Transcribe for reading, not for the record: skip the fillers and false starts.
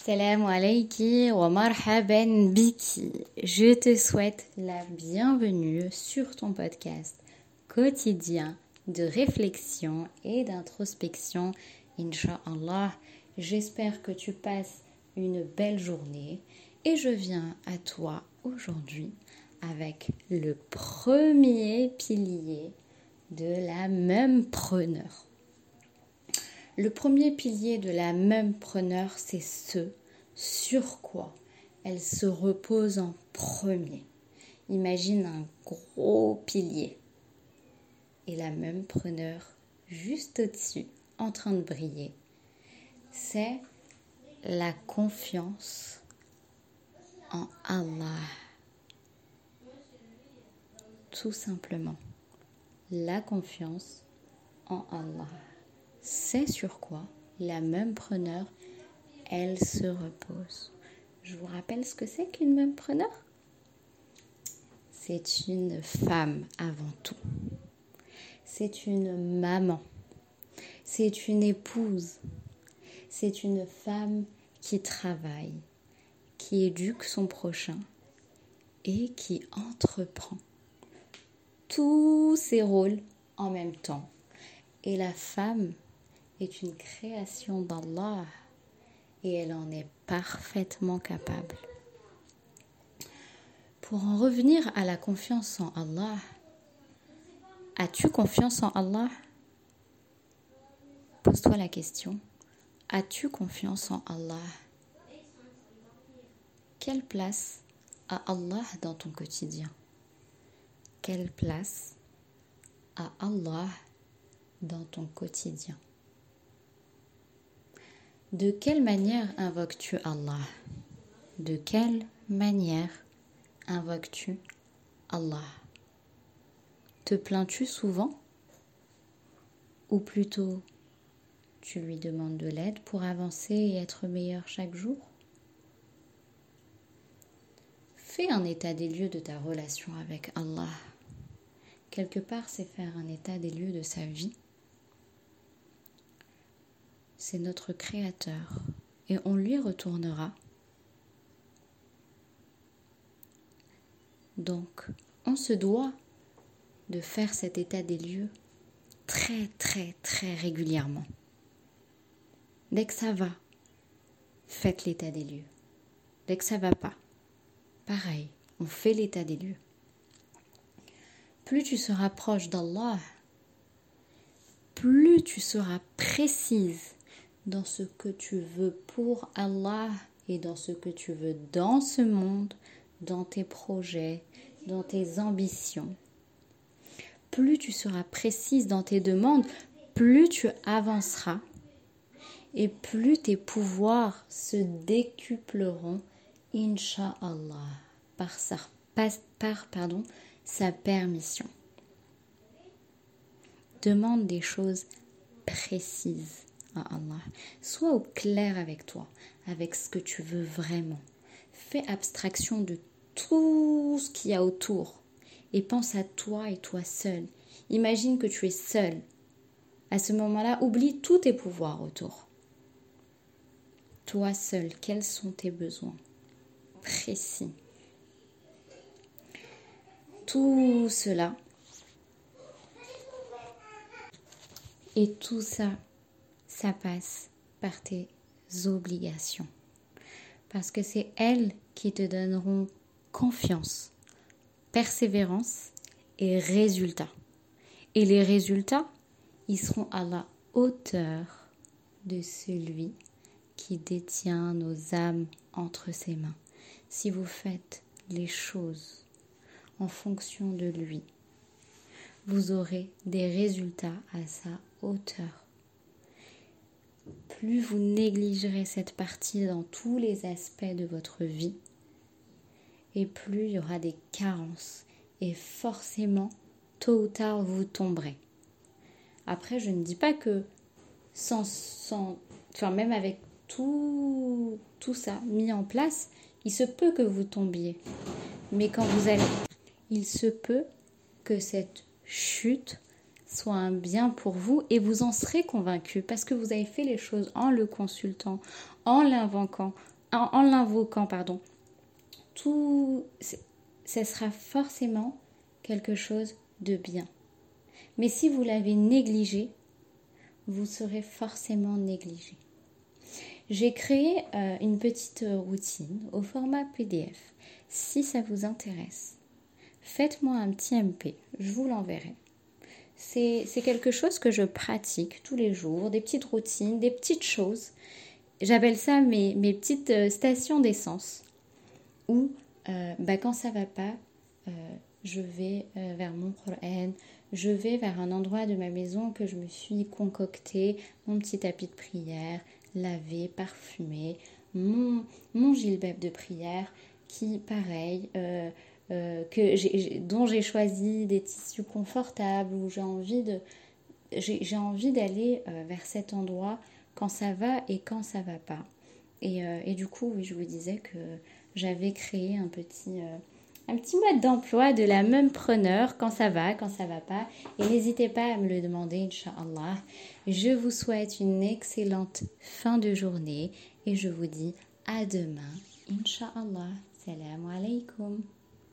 Assalamu alayki wa marhaban biki. Je te souhaite la bienvenue sur ton podcast quotidien de réflexion et d'introspection. Inch'Allah, j'espère que tu passes une belle journée et je viens à toi aujourd'hui avec le premier pilier de la Mumpreneur. Le premier pilier de la Mumpreneur, c'est ce sur quoi elle se repose en premier. Imagine un gros pilier et la Mumpreneur juste au-dessus, en train de briller. C'est la confiance en Allah. Tout simplement, la confiance en Allah. C'est sur quoi la Mumpreneur, elle se repose. Je vous rappelle ce que c'est qu'une Mumpreneur. C'est une femme avant tout. C'est une maman. C'est une épouse. C'est une femme qui travaille, qui éduque son prochain et qui entreprend tous ces rôles en même temps. Et la femme est une création d'Allah et elle en est parfaitement capable. Pour en revenir à la confiance en Allah, as-tu confiance en Allah? Pose-toi la question. As-tu confiance en Allah? Quelle place a Allah dans ton quotidien? Quelle place a Allah dans ton quotidien? De quelle manière invoques-tu Allah? De quelle manière invoques-tu Allah? Te plains-tu souvent? Ou plutôt, tu lui demandes de l'aide pour avancer et être meilleur chaque jour? Fais un état des lieux de ta relation avec Allah. Quelque part, c'est faire un état des lieux de sa vie. C'est notre Créateur et on lui retournera. Donc, on se doit de faire cet état des lieux très régulièrement. Dès que ça va, faites l'état des lieux. Dès que ça va pas, pareil, on fait l'état des lieux. Plus tu seras proche d'Allah, plus tu seras précise dans ce que tu veux pour Allah et dans ce que tu veux dans ce monde, dans tes projets, dans tes ambitions. Plus tu seras précise dans tes demandes, plus tu avanceras et plus tes pouvoirs se décupleront, Inch'Allah, par sa permission. Demande des choses précises à Allah. Sois au clair avec toi, avec ce que tu veux vraiment. Fais abstraction de tout ce qu'il y a autour et pense à toi et toi seul. Imagine que tu es seul. À ce moment-là, oublie tous tes pouvoirs autour. Toi seul, quels sont tes besoins précis? Tout cela et tout ça, ça passe par tes obligations. Parce que c'est elles qui te donneront confiance, persévérance et résultats. Et les résultats, ils seront à la hauteur de celui qui détient nos âmes entre ses mains. Si vous faites les choses en fonction de lui, vous aurez des résultats à sa hauteur. Plus vous négligerez cette partie dans tous les aspects de votre vie, et plus il y aura des carences, et forcément, tôt ou tard, vous tomberez. Après, je ne dis pas que même avec tout ça mis en place, il se peut que vous tombiez. Mais quand vous allez, il se peut que cette chute soit un bien pour vous et vous en serez convaincu parce que vous avez fait les choses en le consultant, en l'invoquant en l'invoquant, pardon, ça sera forcément quelque chose de bien. Mais si vous l'avez négligé, vous serez forcément négligé. J'ai créé une petite routine au format PDF. Si ça vous intéresse, faites-moi un petit MP, je vous l'enverrai. C'est quelque chose que je pratique tous les jours, des petites routines, des petites choses. J'appelle ça mes petites stations d'essence où quand ça va pas, je vais vers mon Coran, je vais vers un endroit de ma maison que je me suis concocté, mon petit tapis de prière, lavé, parfumé, mon gilbab de prière qui, pareil, dont j'ai choisi des tissus confortables, où j'ai envie d'aller vers cet endroit quand ça va et quand ça va pas. Et du coup, oui, je vous disais que j'avais créé un petit mode d'emploi de la même preneur quand ça va pas. Et n'hésitez pas à me le demander, Inch'Allah. Je vous souhaite une excellente fin de journée et je vous dis à demain, Inch'Allah. Salam alaikum.